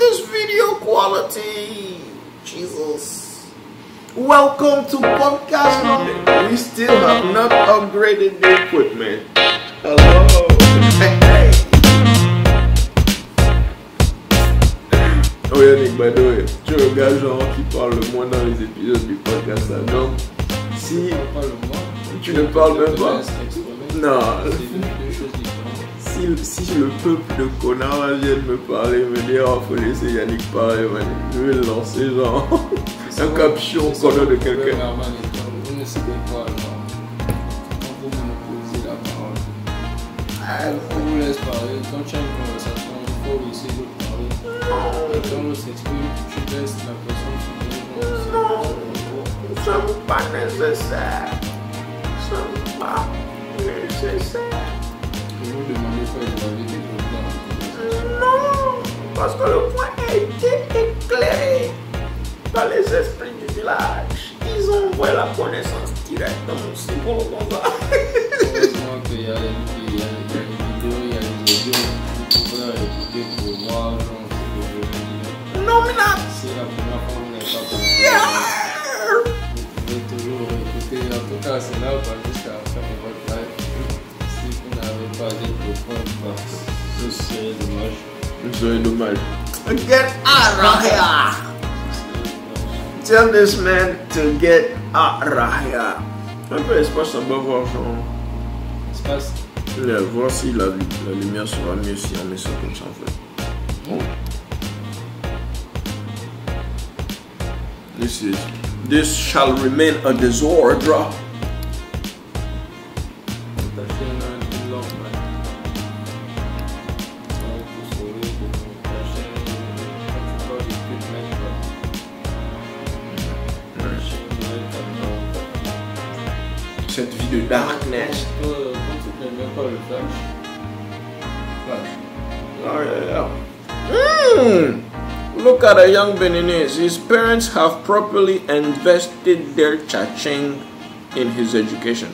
this video quality? Jesus. Welcome to Podcast London. We still have not upgraded the equipment. Hello. Hey. Oh yeah, Nick, by the way, tu regardes Jean qui parle le moins dans les épisodes du podcast. Donc, si tu ne parles même pas, non. Si le peuple de connards vient me parler, me dire oh, faut laisser Yannick parler, je vais lancer genre un caption qu'on de quelqu'un. Vous ne savez pas, quand vous monopolisez la parole. On vous laisse parler. Quand tu as une conversation, il faut laisser l'autre parler. Quand l'autre s'exprime, tu laisses la personne se dire non, ce n'est pas nécessaire. Ce n'est pas nécessaire. Vous demandez pas de la vérité pour non, parce que le point a été éclairé dans les esprits du village. Ils ont envoyé la connaissance directement. C'est pour le combat. Heureusement qu'il y a les vidéos, il y a les audios. Vous pouvez écouter pour voir genre ce que je veux dire. Non, mais là, c'est la première fois que vous n'avez pas compris. Vous pouvez toujours écouter. En tout cas, c'est là où jusqu'à la fin de votre live. Si vous n'avez pas dit pourquoi, ce serait dommage. Ce serait dommage. Get out of here. Tell this man to get out of here. Un peu l'espace, on va voir genre. Espace. Voir si la lumière sera mieux si on met ça comme ça en fait. Oh. This shall remain a disorder. Cette vie de darkness. Oh yeah. Look at a young Beninese. His parents have properly invested their cha-ching in his education.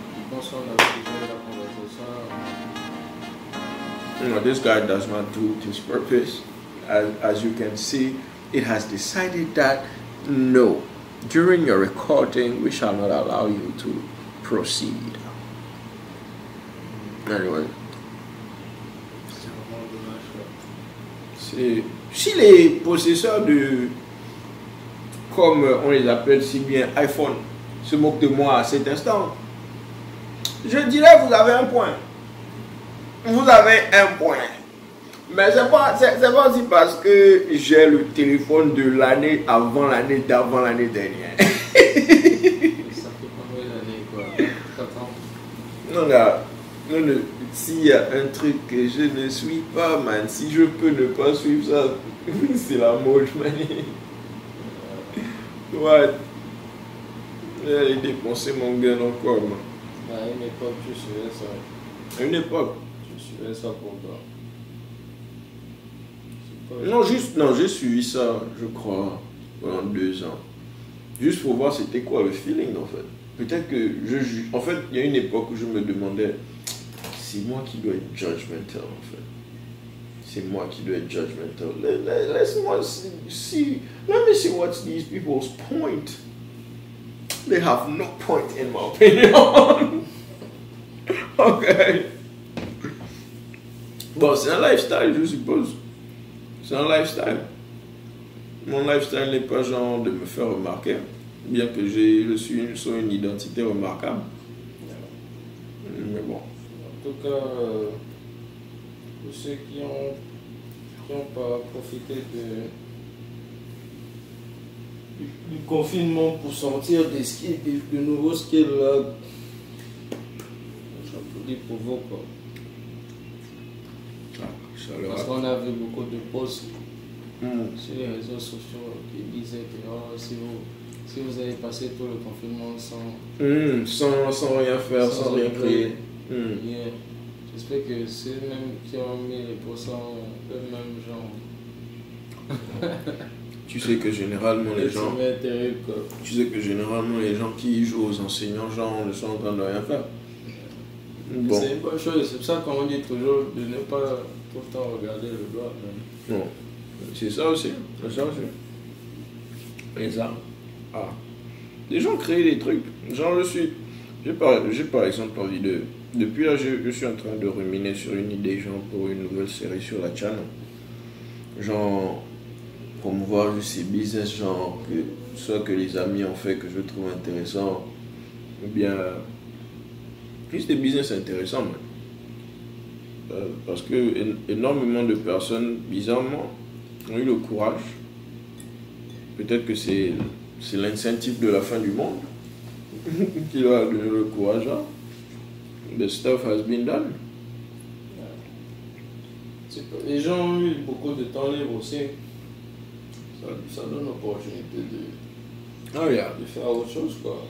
No, this guy does not do his purpose. As you can see, it has decided that no, during your recording, we shall not allow you to proceed. Anyway. Si les possesseurs de, comme on les appelle si bien, iPhone, se moquent de moi à cet instant, je dirais vous avez un point. Vous avez un point. Mais c'est pas aussi parce que j'ai le téléphone de l'année avant l'année d'avant l'année dernière. Ça fait combien d'années quoi? 4 ans? Non, là, non, s'il y a un truc que je ne suis pas, man, si je peux ne pas suivre ça, c'est la mode, man. Ouais. J'ai dépensé mon gain encore, man. À une époque, tu suivais ça. À une époque? Tu suivais ça pour toi. Non, j'ai suivi ça, je crois, pendant 2 ans. Juste pour voir c'était quoi le feeling, en fait. Peut-être que en fait, il y a une époque où je me demandais, c'est moi qui dois être judgmental, en fait. C'est moi qui dois être judgmental. Laisse-moi see. Let me see what's these people's point. They have no point in my opinion. Okay. Bon, c'est un lifestyle, je suppose. C'est un lifestyle. Mon lifestyle n'est pas genre de me faire remarquer, bien que je suis sur une identité remarquable. Mais bon. En tout cas, pour ceux qui n'ont pas profité du confinement pour sortir de nouveaux skills là, j'applaudis pour vous quoi. Parce qu'on a vu beaucoup de posts sur les réseaux sociaux qui disaient que oh, si vous avez passé tout le confinement sans rien faire, sans rien créer. Yeah. J'espère que ceux-mêmes qui ont mis les posts sont eux-mêmes genre. Tu sais que généralement les gens. Terrible, quoi. Tu sais que généralement les gens qui jouent aux enseignants genre ne sont en train de rien faire. Bon. C'est une bonne chose, c'est pour ça qu'on dit toujours de ne pas tout le temps regarder le doigt. Non. C'est ça aussi. C'est ça aussi. Et ça. Ah. Les gens créent des trucs. Genre, j'ai par exemple envie de. Depuis là, je suis en train de ruminer sur une idée, genre, pour une nouvelle série sur la channel. Genre, promouvoir juste ces business, genre, soit que les amis ont fait que je trouve intéressant, ou bien. Juste des business intéressants, man. Parce que énormément de personnes, bizarrement, ont eu le courage. Peut-être que c'est l'incentive de la fin du monde qui leur a donné le courage là. The stuff has been done. Les gens ont eu beaucoup de temps libre aussi. Ça donne l'opportunité de faire autre chose, quoi.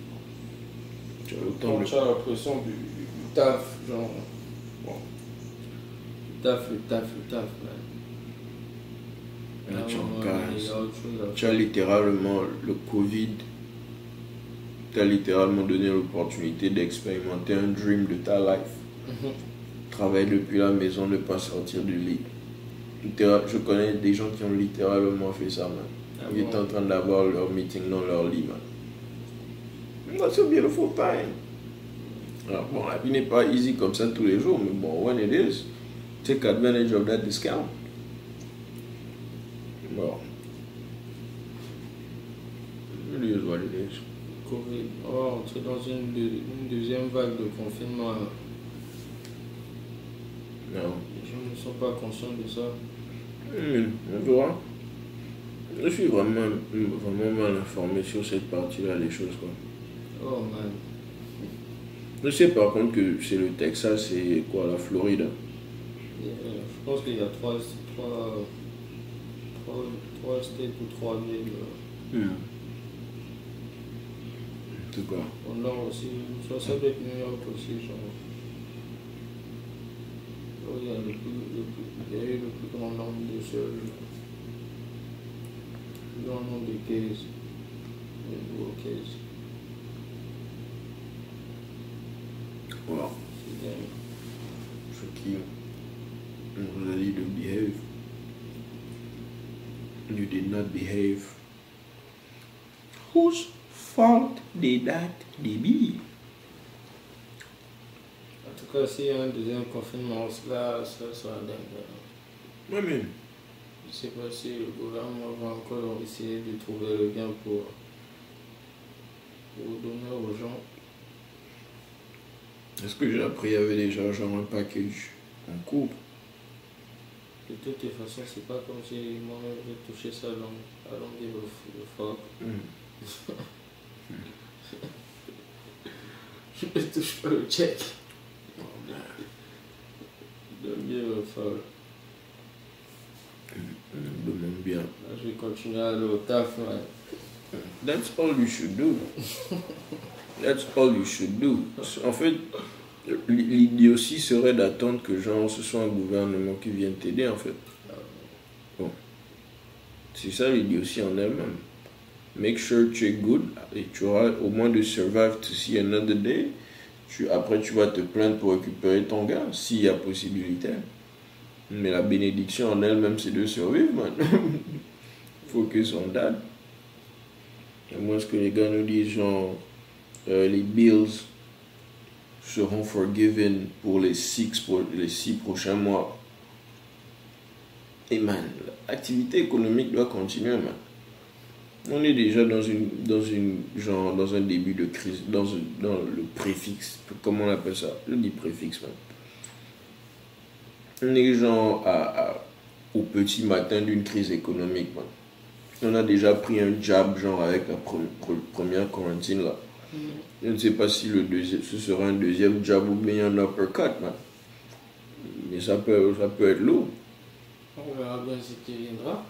Quand tu as l'impression du taf, genre. Bon. Le taf, man. Là, tu as littéralement le Covid. Tu as littéralement donné l'opportunité d'expérimenter un dream de ta life. Travailler depuis la maison, ne pas sortir du lit. Je connais des gens qui ont littéralement fait ça, man. Ils étaient en train d'avoir leur meeting dans leur lit, man. That's a beautiful time. Alors, bon, la vie n'est pas easy comme ça tous les jours, mais bon, when it is, take advantage of that discount. Bon. It is what it is. Covid. Oh, on est dans une deuxième vague de confinement. Non. Les gens ne sont pas conscients de ça. On verra. Je suis vraiment mal informé sur cette partie-là des choses, quoi. Oh, man. Je sais par contre que c'est le Texas, c'est quoi, la Floride. Je pense qu'il y a trois states ou 3 villes. En tout cas. Au nord aussi, ça doit être New York aussi, genre. Oh, il y a eu le plus grand nombre de surges. Le plus grand nombre de cases. De nouveaux cases. Voilà. C'est dingue. Ce qui on vous a dit de behave. You did not behave. Whose fault did that be? En tout cas, s'il y a un deuxième confinement, là, ça sera dingue. Moi-même. Je ne sais pas si le gouvernement va encore essayer de trouver le gain pour donner aux gens. Est-ce que j'ai appris, il y avait déjà genre un package en cours? De toutes les façons, c'est pas comme si moi-même j'ai touché ça à l'envie le fuck. Je ne touche pas le check. Don't give a fuck. Demande bien. Là, je vais continuer à aller au taf, man. That's all you should do. That's all you should do. En fait, l'idée aussi serait d'attendre que genre ce soit un gouvernement qui vienne t'aider, en fait. Bon. C'est ça l'idée aussi en elle-même. Make sure tu es good et tu auras au moins de survive to see another day. Après, tu vas te plaindre pour récupérer ton gars, s'il y a possibilité. Mais la bénédiction en elle-même, c'est de survivre, man. Focus on that. Et moi, ce que les gars nous disent, genre, les bills seront forgiven pour les 6 prochains mois. Et man, l'activité économique doit continuer, man. On est déjà dans un début de crise, dans le préfixe, comment on appelle ça? Je dis préfixe, man. On est genre au petit matin d'une crise économique, man. On a déjà pris un jab, genre avec la première quarantine, là. Je ne sais pas si ce sera un deuxième jab ou bien un uppercut, man. Mais ça peut être lourd. On verra bien ce qui viendra.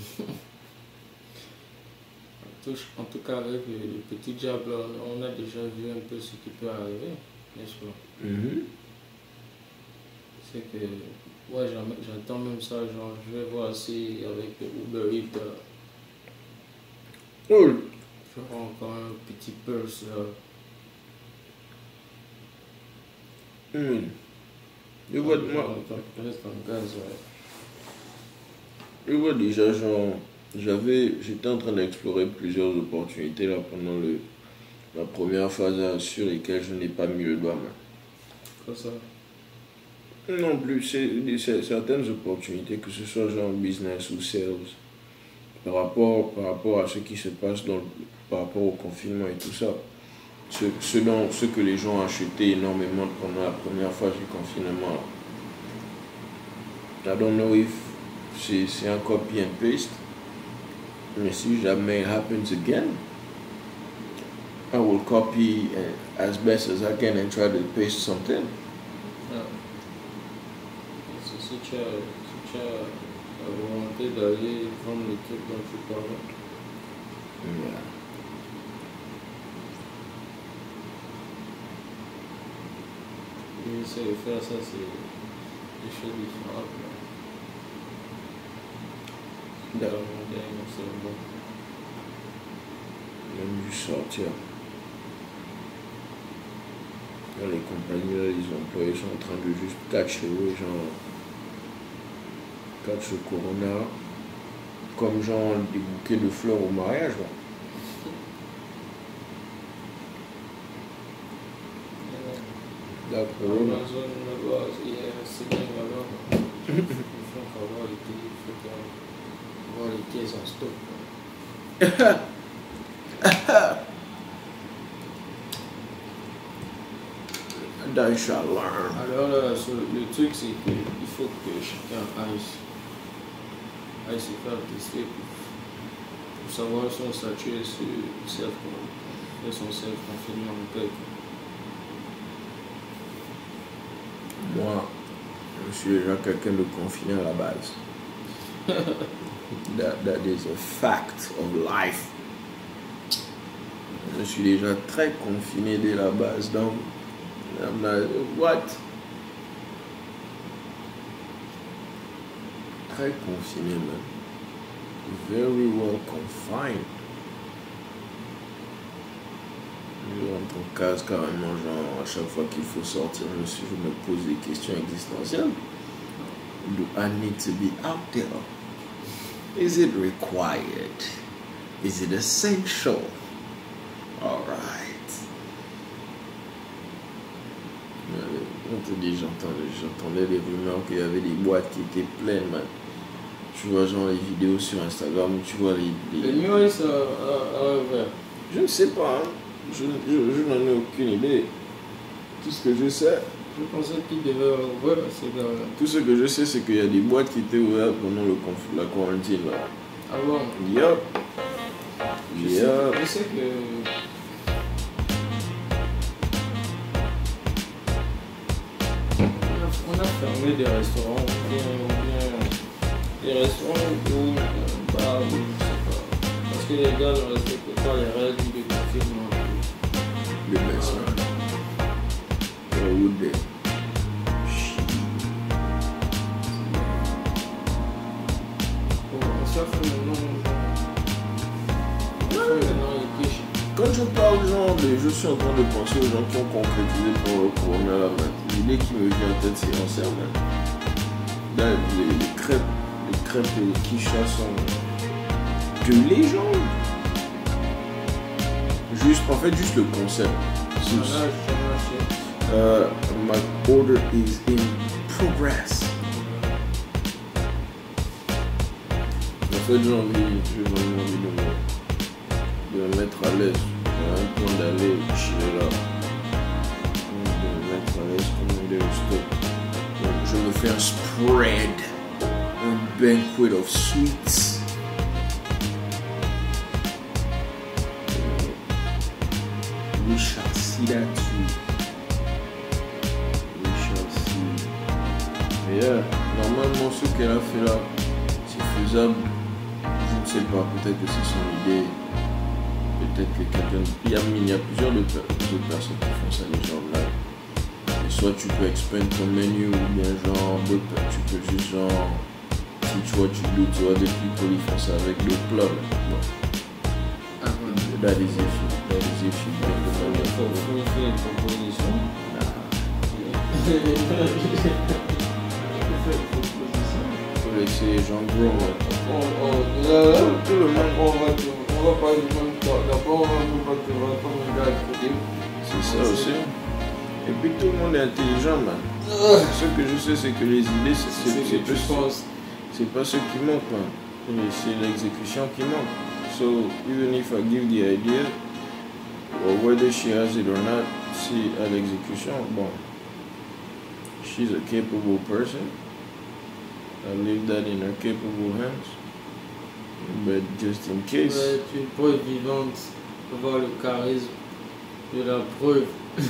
En tout cas, avec le petit jab, là, on a déjà vu un peu ce qui peut arriver, n'est-ce pas? C'est que, ouais, j'attends même ça, genre, je vais voir si avec Uber Eats, fera encore un petit pulse, là. Je vois de moi. Reste en gaz, ouais. Je vois déjà, genre, j'étais en train d'explorer plusieurs opportunités là pendant la première phase sur lesquelles je n'ai pas mis le doigt. Comme ça. Non plus, c'est certaines opportunités, que ce soit genre business ou sales, par rapport à ce qui se passe par rapport au confinement et tout ça. Ce que les gens ont acheté énormément pendant la première phase du confinement. I don't know if c'est un copy and paste, mais si jamais it happens again, I will copy as best as I can and try to paste something. Ah. Si tu as la volonté d'aller vendre les trucs dont tu parles. Yeah. Et essayer de faire ça, c'est des choses différentes. D'accord. C'est bon. Même du sortir. Là, les compagnies, là, les employés sont en train de juste catch les gens. Catch le corona. Comme genre des bouquets de fleurs au mariage. Là. La corona. Amazon là-bas, c'est bien là-bas. Il faut avoir les caisses en stock. D'inchallah. Alors là, le truc c'est qu'il faut que chacun aille se faire tester pour savoir son statut et son self-confinement en paix. Moi, je suis déjà quelqu'un de confiné à la base. That is a fact of life. Je suis déjà très confiné dès la base, donc I'm like, what? Très confiné, man. Very well confined. Je rentre en case carrément, genre, à chaque fois qu'il faut sortir, je me pose des questions existentielles. Do I need to be out there? Is it required? Is it essential? Alright. On te dit, j'entendais des rumeurs qu'il y avait des boîtes qui étaient pleines, man. Tu vois, genre, les vidéos sur Instagram où tu vois Les nuages à ouvert. Je ne sais pas, hein. Je n'en ai aucune idée. Tout ce que je sais, Je pensais qu'il devait ouvrir, c'est dans... tout ce que je sais, c'est qu'il y a des boîtes qui étaient ouvertes pendant la quarantaine, là. Ah bon? Yup. Je sais que... On a fermé des restaurants, ou bien des restaurants ou bars, je sais pas. Parce que les gars ne respectent pas les règles de confinement. Le best, man. Or would they? Ça fait maintenant les clichés. Quand je parle genre je suis en train de penser aux gens qui ont concrétisé pour le corona là, man. L'idée qui me vient en tête, c'est l'ancien, man. Là, les crêpes et les quichas sont de légende. Juste le concept. My order is in progress. En fait, j'ai vraiment envie de me mettre à l'aise. J'ai un point d'aller chiller là. De me mettre à l'aise, commander au stock. Donc, je me fais un spread, un banquet of sweets. We shall see that too. We shall see. Mais yeah, normalement, ce qu'elle a fait là, c'est faisable. Je ne sais pas, peut-être que c'est son idée. Peut-être que quelqu'un... Il y a plusieurs autres personnes qui font ça, les gens là. Et soit tu peux expand ton menu, ou bien genre, tu peux juste genre... Teach what you do, tu vois, des people ils font ça avec le plats. Bon. That is if you bring the money. Il faut faire une proposition. Pour laisser les gens grow. Tout le monde, on va parler du même temps. D'abord, on va te voir comme un gars de côté. C'est ça aussi. Et puis tout le monde est intelligent, man. Ce que je sais, c'est que les idées, c'est pas ce qui manque, man. C'est l'exécution qui manque. So, even if I give the idea, or whether she has it or not, see à l'exécution, bon, she's a capable person. I leave that in her capable hands. But just in case. Ouais, tu es une preuve vivante. Avoir le charisme de la preuve.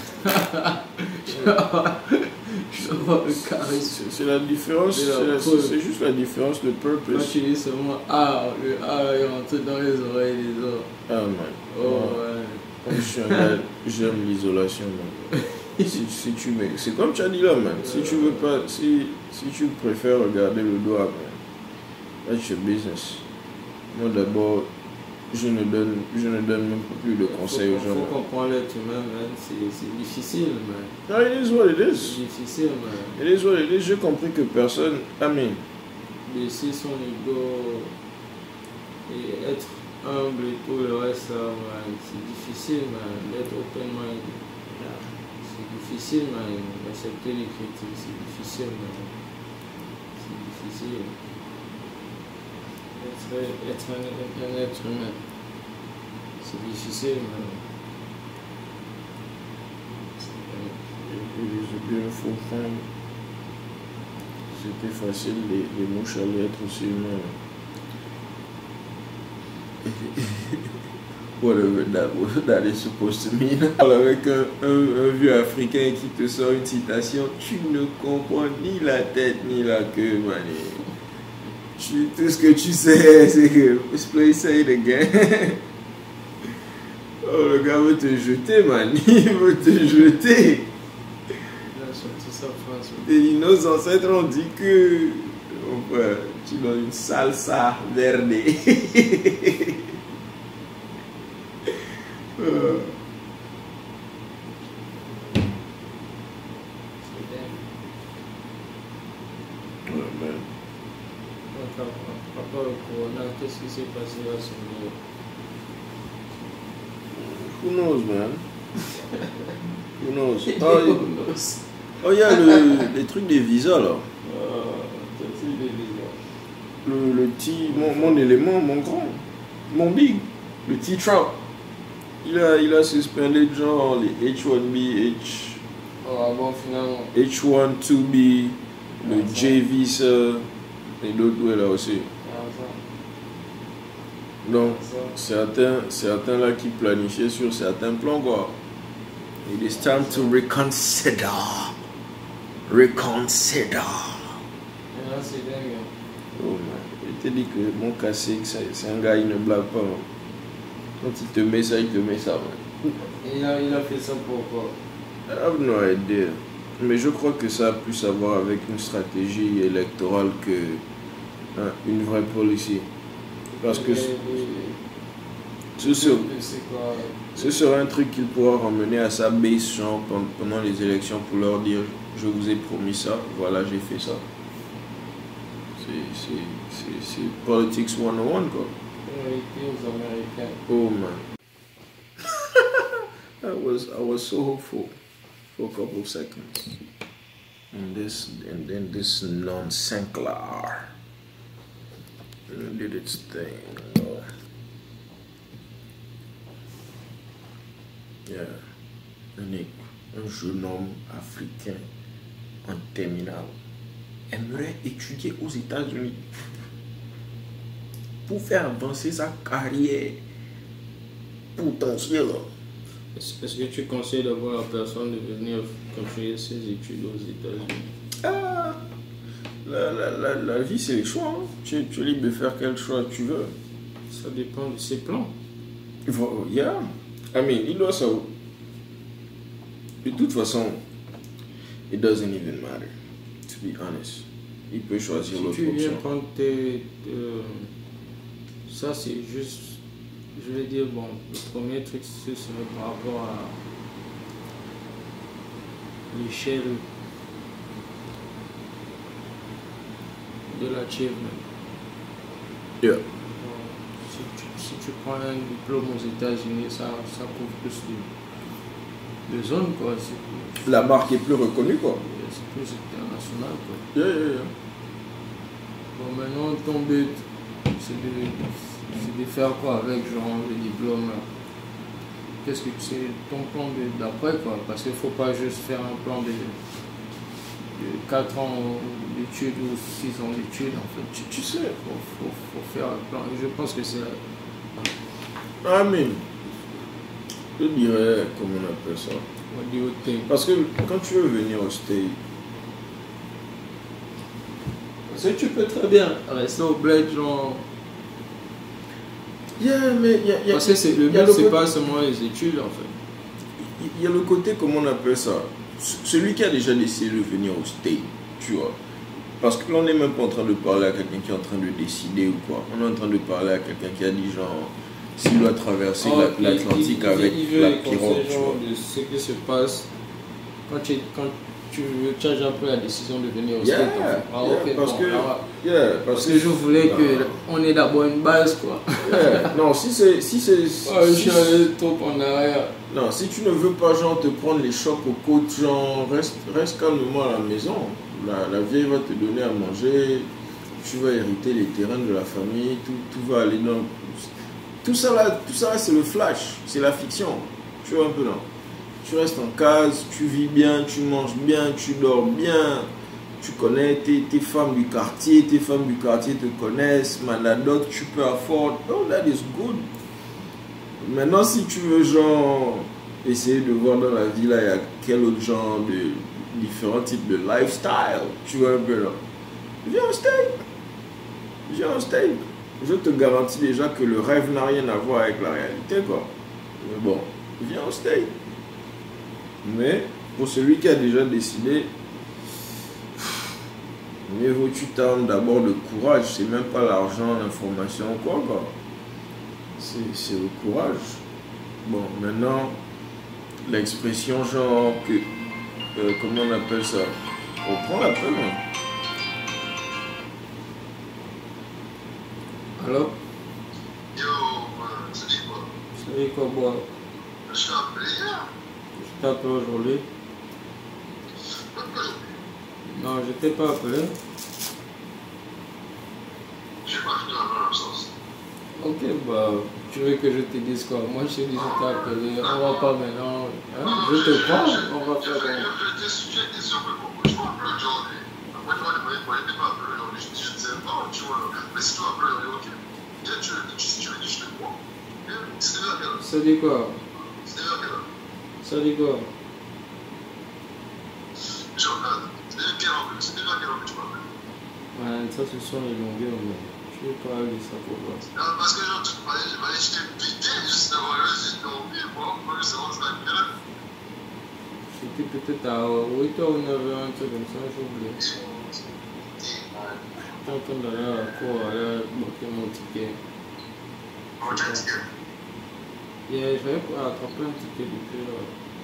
Je vois le charisme. C'est la différence, c'est juste la différence de purpose. Quand tu dis seulement le A est rentré dans les oreilles des autres. Ah man. Oh ouais. Comme je suis un gars, j'aime l'isolation, man. si tu mets, c'est comme tu as dit là, man. Si tu veux pas, si tu préfères regarder le doigt, man, that's your business. Moi d'abord, je ne donne même plus de conseils aux gens. Il faut comprendre l'être humain, man. C'est difficile, man. No, it is what it is. C'est difficile, man. It is what it is. J'ai compris que personne, laisser son ego et être humble et tout le reste, man, c'est difficile, man. D'être open mind, c'est difficile, man. Accepter les critiques, c'est difficile, man. C'est difficile. Être un être humain, c'est difficile, man. It is a beautiful thing. C'était facile, les mouches allaient être aussi humains. Whatever that is supposed to mean. Avec un vieux africain qui te sort une citation, tu ne comprends ni la tête ni la queue, man. Tout ce que tu sais, c'est que please say it again. Oh, le gars veut te jeter, man. Il veut te jeter. Et nos ancêtres ont dit que tu as une salsa verde. Qu'est-ce qui s'est passé là sur le... Who knows, man? Who knows? Oh, il y a les trucs des visas là. Le petit, mon élément, mon grand, mon big, le petit Trump. Il a suspendé genre les H1B, finalement. H1, 2B, le J visa et d'autres là aussi. Donc, certains là qui planifiaient sur certains plans, quoi. It is time to reconsider. Reconsider. C'est dingue. Oh man, je te dis que mon cassé, c'est un gars, il ne blague pas. Man. Quand il te met ça, il te met ça. Man. Il a fait ça pourquoi? I have no idea. Mais je crois que ça a plus à voir avec une stratégie électorale que une vraie policy. Parce que ce serait un truc qu'il pourra ramener à sa base genre, pendant les élections pour leur dire je vous ai promis ça, voilà j'ai fait ça. C'est politics 101 quoi. Aux Américains. Oh man. I was so hopeful for a couple of seconds. And then this non-Sinclair did its thing. Yeah. Un jeune homme africain en terminale aimerait étudier aux États-Unis pour faire avancer sa carrière potentielle. Est-ce que tu conseilles d'avoir la personne de venir continuer ses études aux États-Unis? La vie, c'est les choix. Hein. Tu es libre de faire quel choix tu veux. Ça dépend de ses plans. Yeah. I mean, il doit savoir. De toute façon, it doesn't even matter, to be honest. Il peut choisir l'autre option. Si tu viens prendre ça, c'est juste... Je vais dire, bon, le premier truc, ce serait par rapport à l'échelle de l'achievement. Yeah. Si tu prends un diplôme aux États-Unis, ça couvre plus de zones, quoi. La marque est plus reconnue, quoi. C'est plus international, quoi. Yeah. Bon, maintenant, ton but, c'est de faire quoi avec genre le diplôme là? Qu'est-ce que c'est ton plan d'après, quoi? Parce qu'il ne faut pas juste faire un plan de 4 ans d'études ou 6 ans d'études, en fait. Tu sais. Faut faire un plan. Et je pense que c'est... Amen. Je dirais, comment on appelle ça? What do you think? Parce que quand tu veux venir au States, parce que tu peux très bien rester au bled, genre... Yeah, mais parce que le but, c'est pas seulement les études, en fait. Il y a le côté, comment on appelle ça? Celui qui a déjà décidé de venir au States, tu vois. Parce que là, on n'est même pas en train de parler à quelqu'un qui est en train de décider ou quoi. On est en train de parler à quelqu'un qui a dit, genre, s'il doit traverser l'Atlantique avec la pirogue, tu vois. De ce qui se passe quand tu as déjà pris la décision de venir au States. Parce que je voulais qu'on ait d'abord une base, quoi. Non, si c'est... je suis allé trop en arrière. Non, si tu ne veux pas, genre, te prendre les chocs aux côtes, genre, reste calmement à la maison. La vieille va te donner à manger, tu vas hériter les terrains de la famille, tout va aller dans... Tout ça là, c'est le flash, c'est la fiction. Tu vois un peu là. Tu restes en case, tu vis bien, tu manges bien, tu dors bien. Tu connais tes femmes du quartier, tes femmes du quartier te connaissent, Manadot, tu peux afford. Oh, that is good. Maintenant, si tu veux, genre, essayer de voir dans la vie, là, il y a quel autre genre de différents types de lifestyle, tu vois un peu là. Viens au steak. Je te garantis déjà que le rêve n'a rien à voir avec la réalité, quoi. Mais bon, viens au steak. Mais, pour celui qui a déjà décidé, mieux vaut tu t'armes d'abord de courage, c'est même pas l'argent, l'information, quoi. C'est le courage. Bon, maintenant, l'expression genre que... comment on appelle ça? On prend la peine. Alors? Yo, ça dit quoi? Ça dit quoi, boire? Je t'ai appelé hier. Je t'ai appelé aujourd'hui. Non, je t'ai pas appelé. J'ai pas fini la l'absence. Ok, bah, tu veux que je te dise quoi? Moi, je t'ai dit, je t'ai appelé. On va pas maintenant. Hein? Je te prends, on va faire comment? Tu étais surpris pourquoi tu m'as appelé aujourd'hui. Après, tu m'as demandé pourquoi il n'était pas appelé aujourd'hui. Je ne sais pas, tu vois. Mais si tu m'as appelé aujourd'hui, ok. Tu veux dire, je te crois. C'était vers quelle heure? Ça dit quoi? C'était vers quelle heure? Ça dit quoi? Je regarde. C'était vers quelle heure que tu m'as appelé? Ouais, ça, ce sont les longueurs, mais je vais pas aller ça pour voir. Non, parce que genre, tu te parlais, je t'ai piqué juste avant, j'ai dormi, moi, je sais pas, c'était à quelle heure? C'était peut-être à 8h ou 9h, un truc comme ça, j'ai oublié. J'étais en train d'aller à la cour, aller bloquer mon ticket. Oh, tu as un ticket? Yeah, j'avais attrapé un ticket depuis là.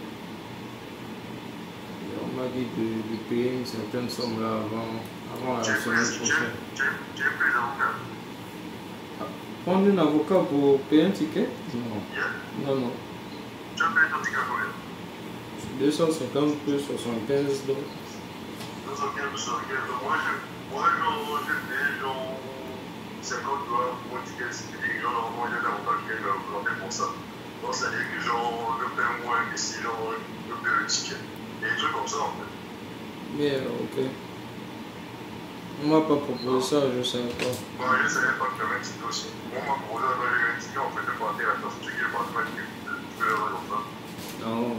Et on m'a dit de payer une certaine somme là avant la semaine prochaine. Tu es pris l'avocat? Prendre un avocat pour payer un ticket? Non. Yeah. Non. Tu as payé ton ticket à combien? 250 plus 75 dollars. 250 plus 75 dollars. Moi, j'ai payé genre 50 dollars pour mon ticket. C'était genre, moi, j'ai un avocat qui m'a présenté pour ça. Donc, c'est-à-dire que genre, je paye moins que si genre, je paye le ticket. Et des trucs comme ça, en fait. Mais ok. On m'a pas proposé ça, je savais pas. Moi, je savais pas que tu avais un ticket aussi. Moi, on m'a proposé un ticket, en fait, de partir à la sortie du département et tu peux l'avoir comme ça. Non.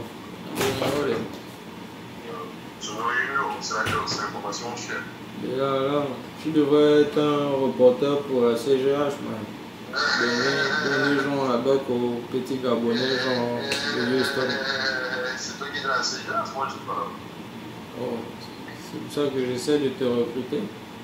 C'est l'information chère. Et là, tu devrais être un reporter pour la CGH, man. Donner genre la doc aux petits Gabonais, genre de Houston. C'est toi qui es dans la CGH, moi je suis pas là. Oh, c'est pour ça que j'essaie de te recruter.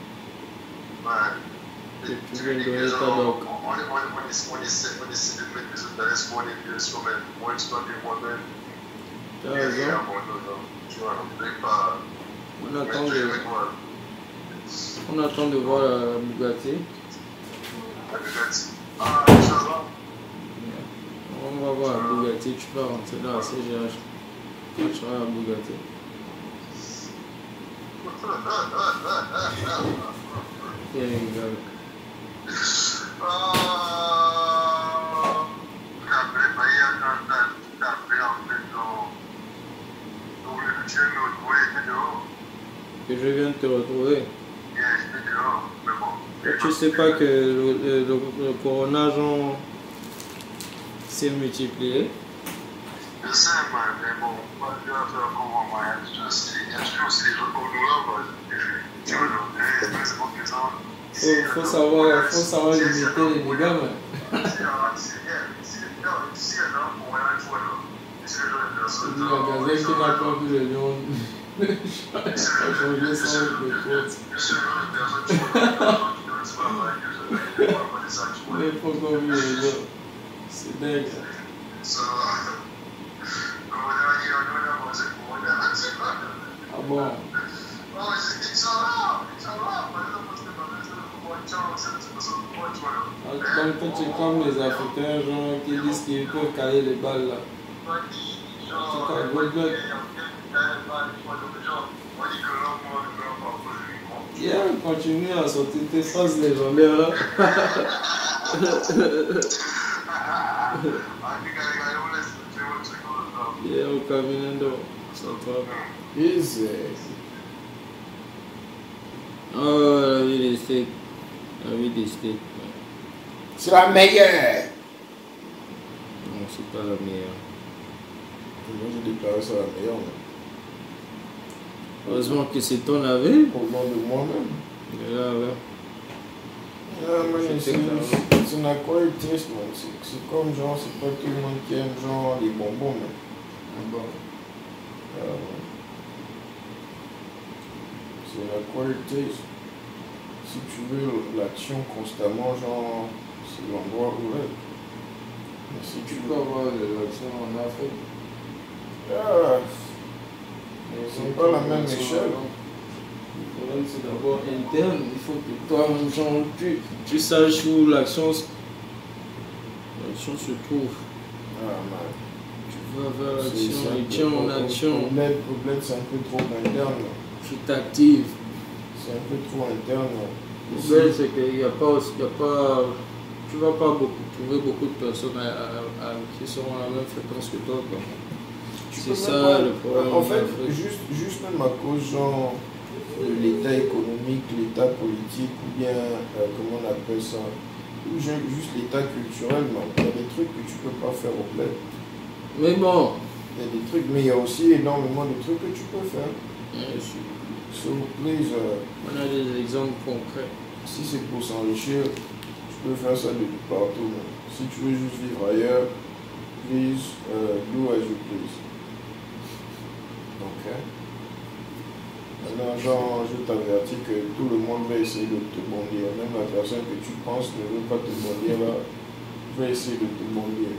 Ouais. Que tu viens donner ta doc. On essaie de mettre les autres dans l'espoir des pieds sur même. Moi, je dois que moi-même. Tu as raison. Tu vois, on ne peut pas. On attend de... On attend de voir la Bugatti. La Bugatti. Ah, Inch'Allah. On va voir la Bugatti. Tu peux rentrer dans la CGH. Quand tu auras la Bugatti. Yeah, exact. Que je viens de te retrouver. Tu sais pas que le corona genre, s'est multiplié. Je sais, mais bon, pas de faire comment moi. Il y a toujours aussi des gens comme nous là. Faut savoir limiter les dégâts, mais. Il y a un gazelle qui n'a pas vu le lion. Changer ça avec des fautes. Mais faut qu'on vit les gens. C'est dingue. Ah bon? Donc toi tu es comme les Africains genre, qui disent qu'ils peuvent caler les balles là. En tout cas, good luck. Yeah, continue à sortir tes phrases légendaires là. Yeah, au caminando. Ça va. Easy. Oh, la vie des steaks. La vie des steaks. C'est la meilleure. Non, c'est pas la meilleure. Moi, j'ai déclaré ça la meilleure. Heureusement que c'est ton avis. Au nom de moi-même. Et là, ouais. Yeah, man, c'est un acquired taste, man. C'est comme genre, c'est pas tout le monde qui aime genre les bonbons, man. Ah bon. C'est un acquired taste. Si tu veux l'action constamment, genre, c'est l'endroit où être. Mais si Tu peux avoir de l'action en Afrique. Ah, c'est pas la même échelle. Le problème c'est d'abord interne. Il faut que toi, genre, tu saches où l'action se trouve. Ah, man. Tu vas vers l'action et tiens en action. Le problème, c'est un peu trop interne. Tu t'actives. C'est un peu trop interne. Le problème c'est qu'il n'y a pas, tu vas pas trouver beaucoup de personnes qui seront à la même fréquence que toi. Quoi. C'est ça le problème. En fait, juste même à cause genre de l'état économique, l'état politique, ou bien, comment on appelle ça, ou juste l'état culturel, man. Il y a des trucs que tu peux pas faire au bled. Mais bon. Il y a des trucs, mais il y a aussi énormément de trucs que tu peux faire. So, please, on a des exemples concrets. Si c'est pour s'enrichir, tu peux faire ça de partout. Man. Si tu veux juste vivre ailleurs, please, do as you please. Ok. Maintenant, genre, je t'avertis que tout le monde va essayer de te bondir. Même la personne que tu penses ne veut pas te bondir là, va essayer de te bondir.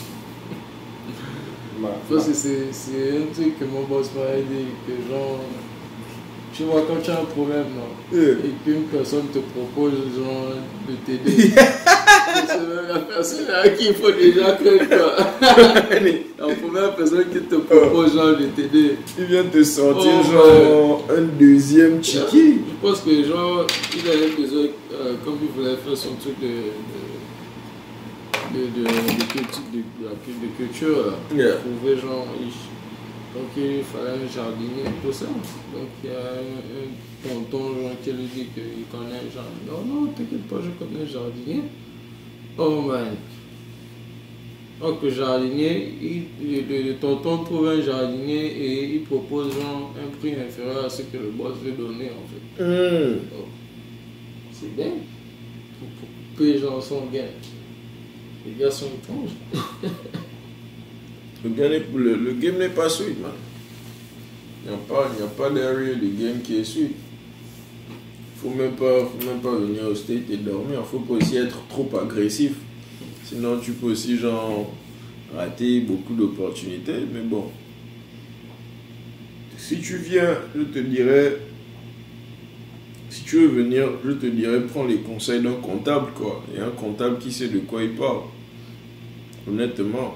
C'est un truc que mon boss m'a dit, que genre, tu vois, quand tu as un problème, non, et qu'une personne te propose genre, de t'aider, c'est même la personne à qui il faut déjà craindre quoi. La première personne qui te propose genre, de t'aider. Il vient te sortir genre un deuxième chiki. Je pense que genre, il avait besoin, comme il voulait faire son truc de culture, trouver genre, donc il fallait un jardinier, tout ça. Donc il y a un tonton genre, qui lui dit qu'il connaît un jardinier. Oh non, t'inquiète pas, je connais un jardinier. Oh man. Donc le jardinier, le tonton trouve un jardinier et il propose genre un prix inférieur à ce que le boss veut donner en fait. Donc, c'est bien. Pour couper genre son gain. Les gars sont étranges. Le game n'est pas sweet, man. Il n'y a pas d'area de game qui est sweet. Faut même pas venir au state et dormir. Faut pas aussi être trop agressif. Sinon, tu peux aussi genre rater beaucoup d'opportunités. Mais bon. Si tu viens, je te dirais, si tu veux venir, je te dirais, prends les conseils d'un comptable, quoi. Et un comptable qui sait de quoi il parle. Honnêtement.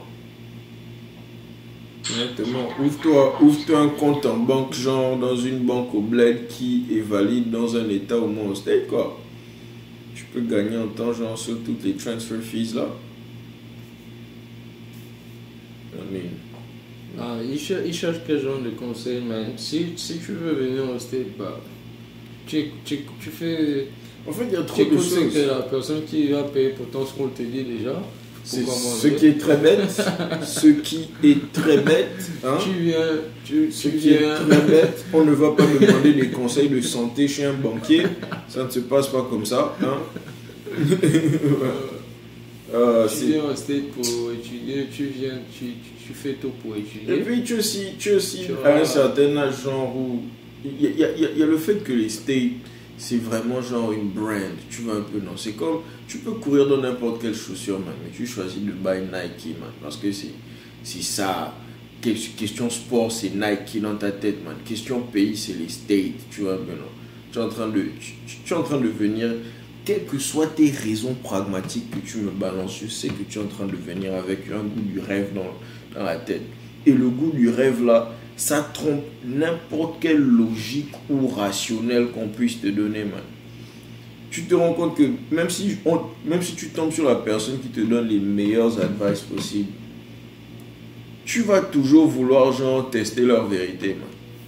Ouvre-toi un compte en banque, genre dans une banque au bled qui est valide dans un état au moins au state, quoi. Tu peux gagner en temps, genre, sur toutes les transfer fees, là. Il cherche quel genre de conseil, man. Si tu veux venir au state, bah, tu fais... En fait, il y a trop Tu de écoutes choses. que la personne qui va payer pour ton ce qu'on te dit déjà. C'est ce qui est très bête. Ce qui est très bête. Hein? Ce qui est très bête. On ne va pas me demander des conseils de santé chez un banquier. Ça ne se passe pas comme ça. Hein? Tu viens au state pour étudier, tu fais tout pour étudier. Et puis tu aussi à un certain âge, genre où il y a le fait que les states, c'est vraiment genre une brand, tu vois un peu, non, c'est comme, tu peux courir dans n'importe quelle chaussure, man, mais tu choisis de buy Nike, man, parce que c'est ça, question sport, c'est Nike dans ta tête, man, question pays, c'est les States, tu vois un peu, non, tu es en train de venir, quelles que soient tes raisons pragmatiques que tu me balances, je sais que tu es en train de venir avec un goût du rêve dans la tête, et le goût du rêve là, ça trompe n'importe quelle logique ou rationnelle qu'on puisse te donner, man. Tu te rends compte que même si tu tombes sur la personne qui te donne les meilleurs advice possibles, tu vas toujours vouloir genre tester leur vérité,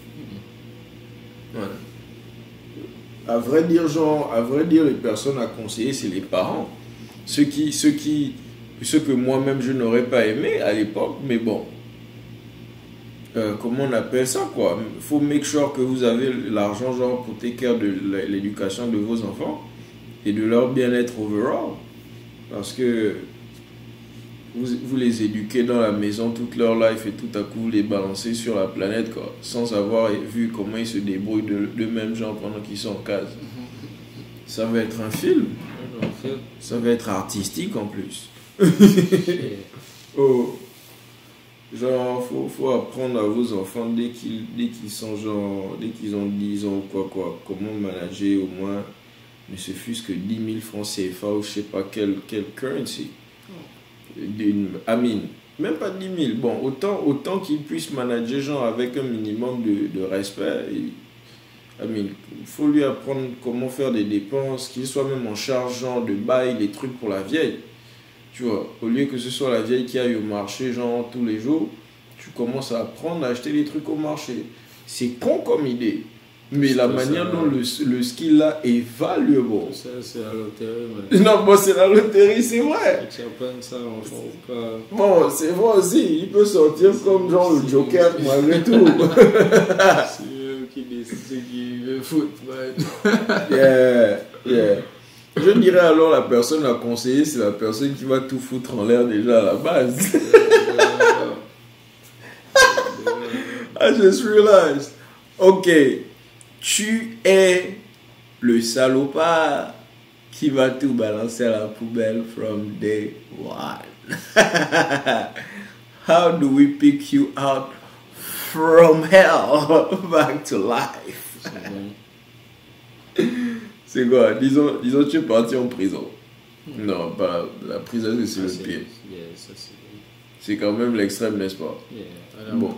man. Ouais. À vrai dire, les personnes à conseiller, c'est les parents. Ce que moi-même je n'aurais pas aimé à l'époque, mais bon. Comment on appelle ça, quoi. Il faut make sure que vous avez l'argent genre pour take care de l'éducation de vos enfants et de leur bien-être overall, parce que vous les éduquez dans la maison toute leur life et tout à coup vous les balancez sur la planète, quoi, sans avoir vu comment ils se débrouillent de même genre pendant qu'ils sont en case. Ça va être un film, ça va être artistique en plus. Oh. Genre, faut apprendre à vos enfants dès qu'ils ont 10 ans ou quoi, comment manager au moins, ne se fût-ce que 10 000 francs CFA ou je sais pas quelle currency. Même pas 10 000. Bon, autant qu'ils puissent manager genre avec un minimum de respect. Il faut lui apprendre comment faire des dépenses, qu'il soit même en charge genre de bail, les trucs pour la vieille. Tu vois, au lieu que ce soit la vieille qui aille au marché, genre tous les jours, tu commences à apprendre à acheter des trucs au marché. C'est con comme idée. Mais la manière dont le skill là est valuable. Ça, c'est la loterie, mais... Non, bon, c'est la loterie, c'est vrai. Tu apprends ça, enfant, ou pas. Bon, c'est vrai aussi. Il peut sortir comme genre le Joker malgré tout. C'est eux qui décident qui veulent foot, man. Yeah. Je dirais alors la personne à conseiller, c'est la personne qui va tout foutre en l'air déjà à la base. I just realized. Ok, tu es le salopard qui va tout balancer à la poubelle from day one. How do we pick you out from hell back to life? C'est quoi? Disons tu es parti en prison. Non, pas la prison, c'est le pire. C'est quand même l'extrême, n'est-ce pas? Bon.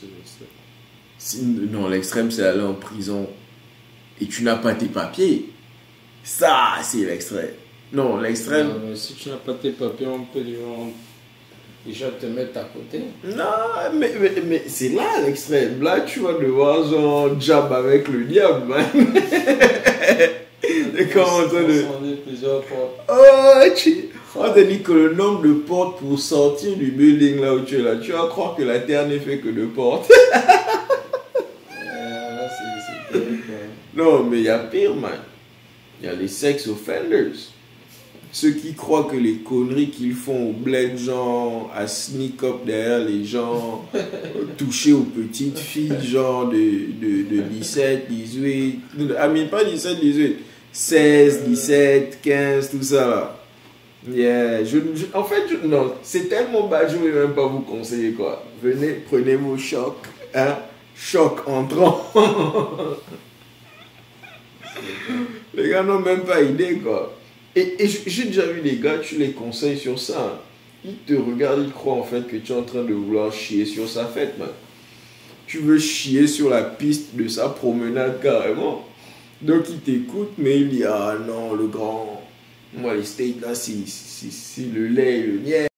Non, l'extrême, c'est aller en prison et tu n'as pas tes papiers. Ça, c'est l'extrême. Non, l'extrême... Non, mais si tu n'as pas tes papiers, on peut déjà te mettre à côté. Non, mais c'est là l'extrême. Là, tu vas devoir genre job avec le diable, man. Et comment on dit plusieurs portes. On te dit que le nombre de portes pour sortir du building là où tu es là, tu vas croire que la terre n'est fait que de portes. Là, c'est terrible. Non, mais il y a pire, man. Il y a les sex offenders. Ceux qui croient que les conneries qu'ils font au bled, genre à sneak up derrière les gens, toucher aux petites filles, genre de 17, 18, pas 17, 18, 16, 17, 15, tout ça là. Yeah. Non, c'est tellement bas, je ne vais même pas vous conseiller quoi. Venez, prenez vos chocs, hein, choc entrant. Les gars n'ont même pas idée, quoi. Et j'ai déjà vu des gars, tu les conseilles sur ça. Ils te regardent, ils croient en fait que tu es en train de vouloir chier sur sa fête, man. Tu veux chier sur la piste de sa promenade carrément. Donc il t'écoute, mais il dit, ah non, le grand, moi les steaks là, c'est le lait, le miel.